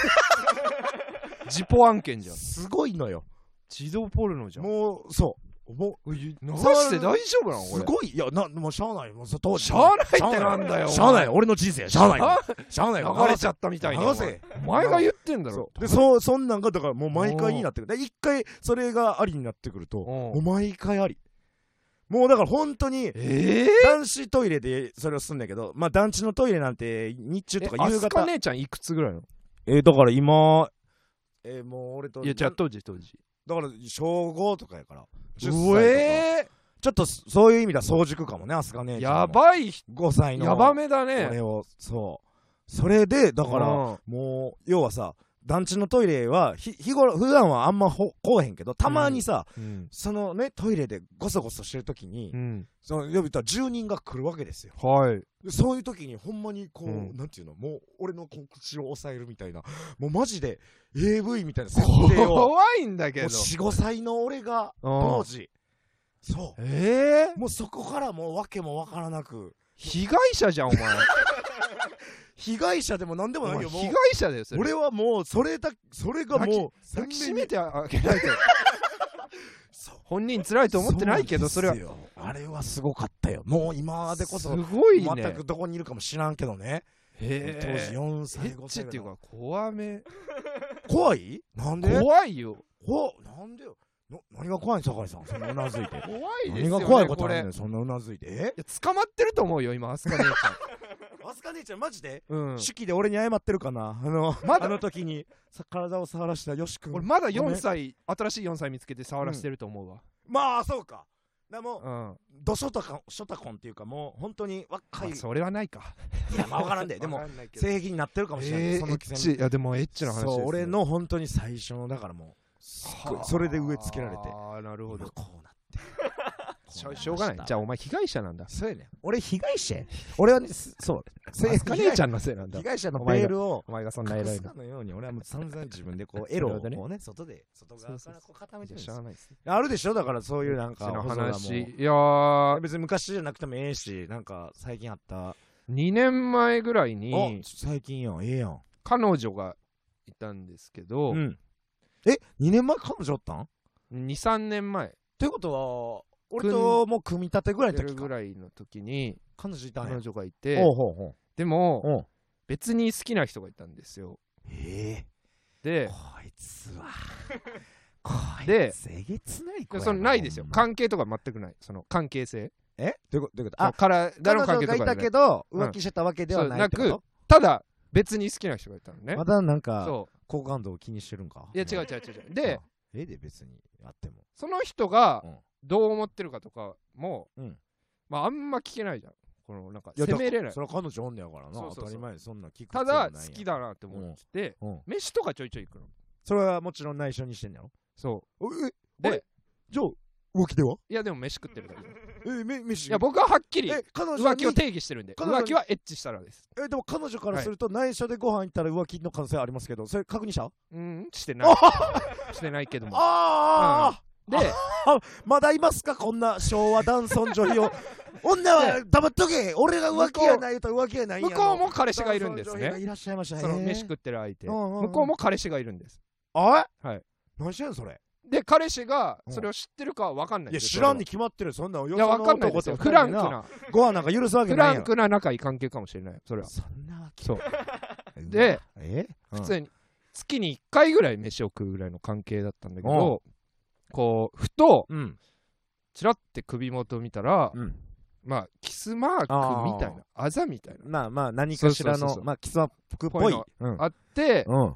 Speaker 2: ジポ案件じゃん。
Speaker 1: すごいのよ。
Speaker 2: 自動ポルノじゃん。
Speaker 1: もうそうもう
Speaker 2: 流して大丈夫なのこれ。
Speaker 1: すごいいやなもうしゃあないもうそ当時
Speaker 2: しゃあないってなんだよ。
Speaker 1: しゃあない俺の人生しゃあないしゃあない
Speaker 2: 流れちゃったみたいな。
Speaker 1: 流せ
Speaker 2: お前が言ってんだろ。
Speaker 1: でそそんなんがだからもう毎回になってくる。一回それがありになってくるともう毎回あり。もうだから本当に男子トイレでそれをすんだけどまあ団地のトイレなんて日中とか夕方。
Speaker 2: アスカ姉ちゃんいくつぐらいの？
Speaker 1: えだから今えもう俺と
Speaker 2: いやじゃあ当時当時
Speaker 1: だから小ごとかやから
Speaker 2: じゅっさいとかえー、
Speaker 1: ちょっとそういう意味では早熟かもねアスカ姉ちゃん。
Speaker 2: やばい
Speaker 1: ごさいの
Speaker 2: やばめだね。
Speaker 1: 俺をそうそれでだからもう要はさ団地のトイレはひ日頃普段はあんまほこうへんけどたまにさ、うん、そのねトイレでゴソゴソしてる時に、うん、その呼びたら住人が来るわけですよ。
Speaker 2: はい
Speaker 1: そういう時にほんまにこう、うん、なんていうのもう俺の口を押さえるみたいなもうマジで エーブイ みたいな設定を
Speaker 2: 怖いんだけどよ
Speaker 1: んごさいの俺が当時そう
Speaker 2: ええー、
Speaker 1: もうそこからもう訳もわからなく
Speaker 2: 被害者じゃんお前
Speaker 1: 被害者でもなんでもないよ。
Speaker 2: 被害者だよそれ。
Speaker 1: 俺はもうそれだそれがもう
Speaker 2: 抱きしめてあげないと本人辛いと思ってないけどそれは
Speaker 1: あれはすごかったよ。もう今でこそ
Speaker 2: すごいね。
Speaker 1: 全くどこにいるかも知らんけどね。
Speaker 2: へ
Speaker 1: 当時よんさいごさい
Speaker 2: っていうか怖め
Speaker 1: 怖いなんで
Speaker 2: 怖いよ
Speaker 1: こなんでよ何が怖いん酒井さんそんなうなずいて
Speaker 2: 怖いですよね。
Speaker 1: 何が怖いことあるねんそんなうなずいて。え
Speaker 2: いや捕まってると思うよ今アスカ姉ちゃん
Speaker 1: アスカ姉ちゃんマジで、
Speaker 2: うん、
Speaker 1: 手記で俺に謝ってるかなあの、ま、あの時に体を触らしたよし君。
Speaker 2: 俺まだよんさい新しいよんさい見つけて触らしてると思うわ、
Speaker 1: うん、まあそうかでも、うん、ドショタコンショタコンっていうかもう本当に若い、まあ、
Speaker 2: それはないか
Speaker 1: いやまあ分からんででも性癖になってるかもしれない、
Speaker 2: えー、そのエッチいやでもエッチな話です、ね、
Speaker 1: そう俺の本当に最初のだからもうそれで植え付けられて
Speaker 2: ああなるほど
Speaker 1: こうなって
Speaker 2: しょ, しょうがない。じゃあお前被害者なんだ。
Speaker 1: そうやねん俺被害者俺はねそう
Speaker 2: アスカ姉ちゃんのせいなんだ。
Speaker 1: 被害者のペールを
Speaker 2: お前がそんな偉い
Speaker 1: ののように俺はもう散々自分でこうエロをこうね外で外側からこう固めてるんですよ。あるでしょだからそういうなんか
Speaker 2: の話いやー
Speaker 1: 別に昔じゃなくてもええしなんか最近あった
Speaker 2: にねんまえぐらいに
Speaker 1: 最近やんええやん
Speaker 2: 彼女がいたんですけど、うん、
Speaker 1: えにねんまえ彼女おったん
Speaker 2: にさんねんまえ
Speaker 1: ってことは俺ともう組み立てぐらいの時か
Speaker 2: ぐらいの時に
Speaker 1: 彼女いた
Speaker 2: 彼女がいて、
Speaker 1: おうほうほう
Speaker 2: でも別に好きな人がいたんですよ。
Speaker 1: え
Speaker 2: ー、で
Speaker 1: こいつはこいつえげつない子やな。
Speaker 2: そのないですよ関係とか全くないその関係性
Speaker 1: えどういうことどういうことあ
Speaker 2: 体の関係とか
Speaker 1: 彼女がいたけど浮気してたわけではないってこと、うん、なく
Speaker 2: ただ別に好きな人がいたのね。
Speaker 1: まだなんか好感度を気にしてるんか。
Speaker 2: いや違う違う違う違うで
Speaker 1: ええで別にあっても
Speaker 2: その人がどう思ってるかとかも、うん、まああんま聞けないじゃん。このなんか責めれない。
Speaker 1: それは彼女おんねやからな。そうそうそう当たり前そんな聞く
Speaker 2: ただ好きだなって思ってて、うんうん、飯とかちょいちょい行くの。
Speaker 1: それはもちろん内緒にしてんのよ。
Speaker 2: そう
Speaker 1: えでじゃあ浮気ではい
Speaker 2: やでも飯食ってるだけ
Speaker 1: えめ飯
Speaker 2: いや僕ははっきり浮気を定義してるんで浮気はエッチしたらです。
Speaker 1: えでも彼女からすると内緒でご飯行ったら浮気の可能性ありますけどそれ確認した
Speaker 2: うんしてないしてないけども
Speaker 1: ああ、
Speaker 2: うん、で
Speaker 1: まだいますかこんな昭和男尊女卑を女は黙っとけ俺が浮気やないと浮気やないんや
Speaker 2: 向こうも彼氏がいるんですね。
Speaker 1: いらっしゃいました
Speaker 2: その飯食ってる相手向こうも彼氏がいるんです。
Speaker 1: あ
Speaker 2: はい
Speaker 1: 何してんのそれ
Speaker 2: で彼氏がそれを知ってるかは分かんない。
Speaker 1: いや知らんに決まってるそんなよ
Speaker 2: いや分かんないですよ。フランクな
Speaker 1: ご飯なんか許すわけないやん。
Speaker 2: フランクな仲いい関係かもしれないそれは。
Speaker 1: そんなわけ
Speaker 2: そうで
Speaker 1: え、
Speaker 2: うん、普通に月にいっかいぐらい飯を食うぐらいの関係だったんだけどこうふと、うん、チラッて首元を見たら、うん、まあキスマークみたいなあざみたいな
Speaker 1: まあまあ何かしらのまあキスマークっぽい、
Speaker 2: うん、あって、うん、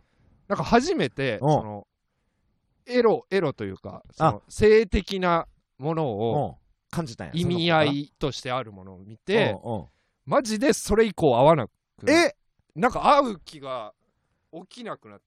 Speaker 2: なんか初めてそのエロエロというかその性的なものを
Speaker 1: 感じたんや。
Speaker 2: 意味合いとしてあるものを見てマジでそれ以降会わなく
Speaker 1: え
Speaker 2: なんか会う気が起きなくなって。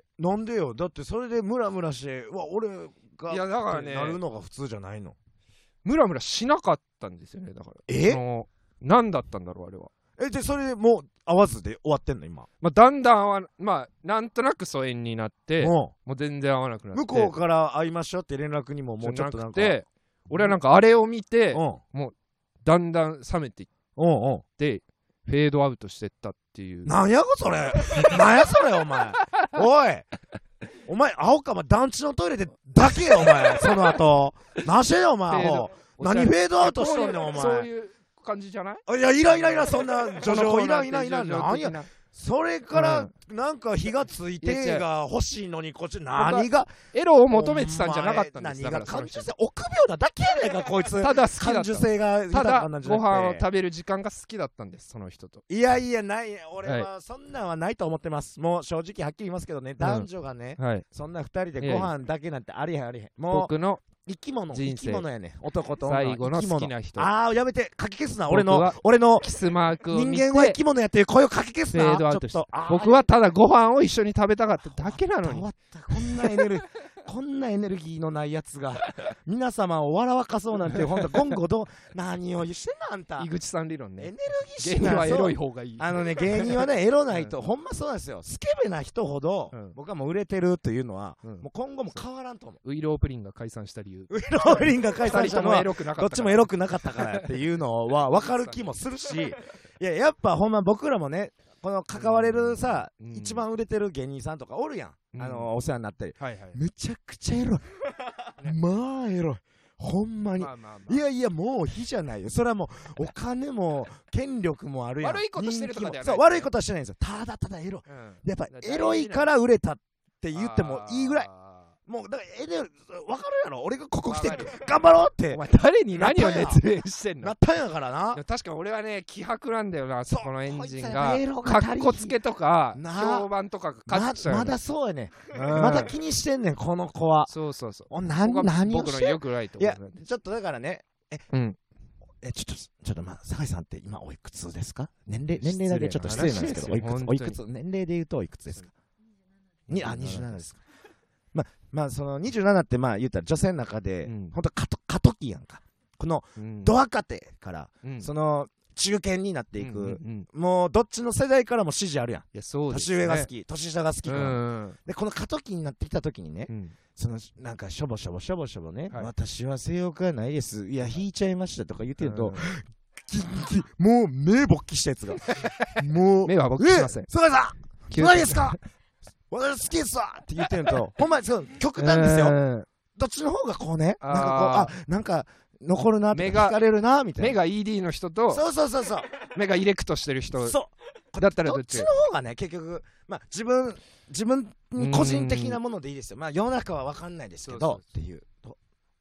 Speaker 1: なんでよ。だってそれでムラムラしてうわ俺が
Speaker 2: いやだからね
Speaker 1: なるのが普通じゃないの。
Speaker 2: ムラムラしなかったんですよね。だから
Speaker 1: え
Speaker 2: その何だったんだろうあれは。
Speaker 1: えでそれでもう会わずで終わってんの今。
Speaker 2: まあだんだん会わまあなんとなく疎遠になって
Speaker 1: も
Speaker 2: う全然会わなくなって
Speaker 1: 向こうから会いましょうって連絡にももうちょっとなんか
Speaker 2: で俺はなんかあれを見て
Speaker 1: うん
Speaker 2: もうだんだん冷めていってフェードアウトしてったっていう。
Speaker 1: なんやこそれなんやそれお前おいお前青かま団地のトイレでだけよお前その後なしてよお前アホ何フェードアウトしとんねんお前。
Speaker 2: そういう感じじゃない？
Speaker 1: いやいらんいらんいらんそんな叙情いらんいらんいらんなんやそれからなんか火がついてが欲しいのにこっち何が
Speaker 2: エロを求めてたんじゃなかったんです。
Speaker 1: 何が感受性臆病なだけやねんかこいつ。
Speaker 2: ただ好きだった。
Speaker 1: 感受性が
Speaker 2: ただご飯を食べる時間が好きだったんですその人と。
Speaker 1: いやいやない俺はそんなんはないと思ってます。もう正直はっきり言いますけどね男女がねそんなふたりでご飯だけなんてありへんありへん。もう
Speaker 2: 僕の
Speaker 1: 生き物生き物やね男と女
Speaker 2: 最後の好きな人。
Speaker 1: ああやめて書き消すな俺の俺の
Speaker 2: キスマークを見て
Speaker 1: 人間は生き物やっていう声を書き消すな。
Speaker 2: フェードアウトして僕はただご飯を一緒に食べたかっただけなのに。
Speaker 1: 終わったこんなエネルギーこんなエネルギーのないやつが皆様を笑わかそうなんてほんと言語どう何をしてんのあんた。
Speaker 2: 井口さん理論ね。
Speaker 1: エネルギー
Speaker 2: 芸人はエロい方がいい。
Speaker 1: あのね芸人はねエロないとほんまそうなんですよ。スケベな人ほど僕はもう売れてるというのはもう今後も変わらんと思う。
Speaker 2: ウイロープリンが解散した理由。
Speaker 1: ウイロープリンが解散したのはどっちもエロくなかったからっていうのは分かる気もするしいややっぱほんま僕らもねこの関われるさ、うん、一番売れてる芸人さんとかおるやん、うん、あのお世話になったり、はいはい、めちゃくちゃエロいまあエロいほんまに、まあまあまあ、いやいやもう火じゃないよそれはもうお金も権力もあるやん。
Speaker 2: 悪いことしてるとかではない、
Speaker 1: そう悪いことはしてないんですよ。ただただエロい、うん、やっぱエロいから売れたって言ってもいいぐらい。もうだからエネル分かるやろ俺がここ来て頑張ろうって
Speaker 2: お前誰に何を熱弁してんの
Speaker 1: なったんやからな。
Speaker 2: 確かに俺はね気迫なんだよなそこのエンジンがかっこつけとか評判とかが勝っちゃう、
Speaker 1: ま、まだそうやね、うん、まだ気にしてんねんこの子は。
Speaker 2: そうそうそう
Speaker 1: おな何を
Speaker 2: 僕のよくないと思う。
Speaker 1: いやちょっとだからねえ、うん、えちょっとちょっとまあ酒井さんって今おいくつですか？年齢年齢だけちょっと失礼なんですけどおいくつおいくつ年齢で言うとおいくつですか？にあにじゅうななですか？まあまあそのにじゅうななってまあ言ったら女性の中で、うん、ほんと過渡期やんか。このド若手から、うん、その中堅になっていく、うんうんうん、もうどっちの世代からも支持あるやん。い
Speaker 2: やそうですね、
Speaker 1: 年上が好き年下が好きから、
Speaker 2: うん、
Speaker 1: でこの過渡期になってきた時にね、うん、そのなんかしょぼしょぼしょぼしょぼね、はい、私は性欲がないですいや引いちゃいましたとか言ってると、うんもう目勃起したやつがもう
Speaker 2: 目は勃起しません。
Speaker 1: 酒井さん何ですか私好きですわって言ってるとほんまにそう極端ですよ、えー、どっちの方がこうねなんかこうあなんか残るなとか惹かれるなみたいな。
Speaker 2: 目が イーディー の人と
Speaker 1: そうそうそうそう
Speaker 2: 目がイレクトしてる人
Speaker 1: そうだったらどっちどっちの方がね結局まあ自分自分個人的なものでいいですよ。まあ世の中は分かんないですけどそうそうっていうと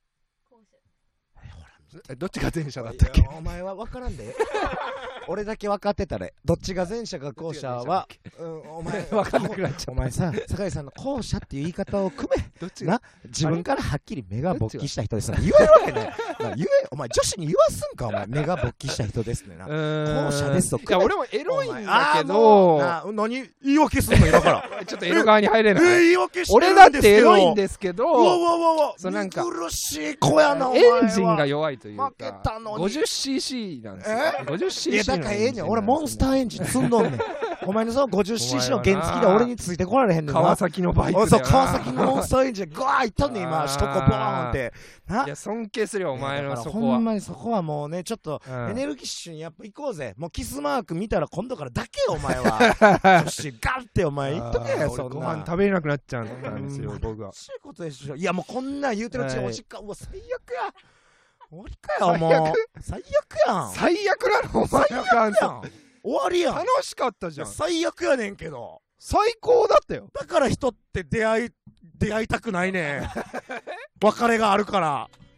Speaker 2: どっちが前者だったっけ？
Speaker 1: お前は分からんで俺だけ分かってたらどっちが前者か後者は、うん、お前
Speaker 2: 分かんなくなっちゃう。
Speaker 1: お前さ酒井さんの後者っていう言い方を組めどっちがな自分からはっきり目が勃起した人ですな言えるわけない言えお前女子に言わすんかお前目が勃起した人ですねな後者ですと
Speaker 2: いや俺もエロいんだけど
Speaker 1: 何言い訳すんの今から
Speaker 2: ちょっとエロ側に入れない、え
Speaker 1: ー、言い訳して
Speaker 2: るんですけど俺だってエロいんですけど
Speaker 1: うわうわうわうわ
Speaker 2: そうなんか
Speaker 1: 苦しい子やなお前
Speaker 2: エンジンが弱いというか
Speaker 1: 負けたのに
Speaker 2: ごじゅっシーシー なんですよ、
Speaker 1: え
Speaker 2: ごじゅっシーシー
Speaker 1: いやだからええねん俺モンスターエンジン積んどんねんお前のその ごじゅっシーシー の原付で俺についてこられへんねんな。
Speaker 2: 川崎のバイクだよな。
Speaker 1: そう川崎のモンスターエンジンでガーいったんねん今首都高ボーンって
Speaker 2: ないや尊敬するよお前のそこは。
Speaker 1: ほんまにそこはもうねちょっとエネルギッシュにやっぱ行こうぜ。もうキスマーク見たら今度からだけよお前はよしガッてお前言っとけよ。そんな
Speaker 2: ご飯食べれなくなっちゃうんですよ僕は。
Speaker 1: そういうことでしょ。いやもうこんなん言うてるうちにおしっかうわ最悪や終わりかよもう最悪やん。
Speaker 2: 最悪なのお前の感想。
Speaker 1: 終わりやん。
Speaker 2: 楽しかったじゃん。
Speaker 1: 最悪やねんけど
Speaker 2: 最高だったよ。
Speaker 1: だから人って出会い出会いたくないねん別れがあるから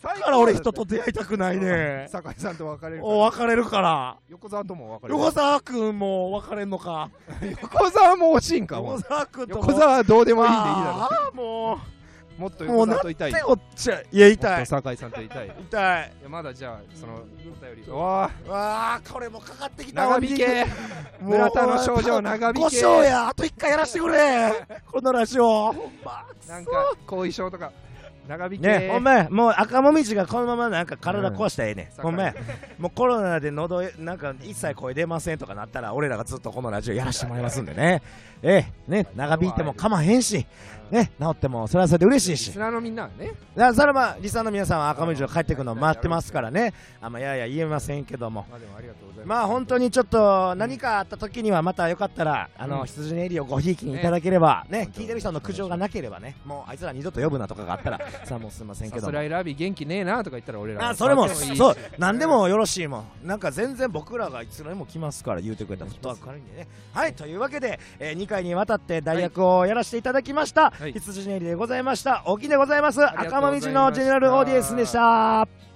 Speaker 1: だから俺人と出会いたくないね。
Speaker 2: 酒井さんと別れる
Speaker 1: お別れるから。
Speaker 2: 横澤とも別れる。
Speaker 1: 横澤くんも別れんのか。
Speaker 2: 横澤も惜しいんか。
Speaker 1: 横澤くんと
Speaker 2: 横澤はどうでもいいんでいいだろ。
Speaker 1: ああもう。
Speaker 2: もっと横澤といたい。
Speaker 1: もうなっておっちゃいや痛い。
Speaker 2: 酒井さんといたい。
Speaker 1: 痛い。
Speaker 2: いやまだじゃあそのお便り。わ
Speaker 1: あわあこれもかかってきた。
Speaker 2: 長引け。村田の症状長引け。
Speaker 1: 故障やあと一回やらしてくれ。このラジオ。
Speaker 2: なんか後遺症とか。長引け
Speaker 1: ね、ほんまもう赤もみじがこのままなんか体壊したらええね、うん、ほんまもうコロナで喉なんか一切声出ませんとかなったら俺らがずっとこのラジオやらしてもらいますんでねええね長引いてもかまへんしね治ってもそれはそれで嬉しいし
Speaker 2: リスナーのみんなはね
Speaker 1: だそれはまあリスナーの皆さんは赤もみじが帰ってくるのを待ってますからねあんまいやいや言えませんけども
Speaker 2: まあでもありがとうございます
Speaker 1: まあ本当にちょっと何かあった時にはまたよかったらあの羊のエリをごひいきにいただければね聞いてる人の苦情がなければねもうあいつら二度と呼ぶなとかがあったらさあもうすいませんけど
Speaker 2: さすらいラビ元気ねえなとか言ったら俺ら
Speaker 1: あそれもそう何でもよろしいもんなんか全然僕らがいつでも来ますから言うてくれたらフットワーク軽いんでねはいというわけで、えー、にかいにわたって代役をやらせていただきました、はい、羊のエリでございましたおきでございます赤もみじのジェネラルオーディエンスでした。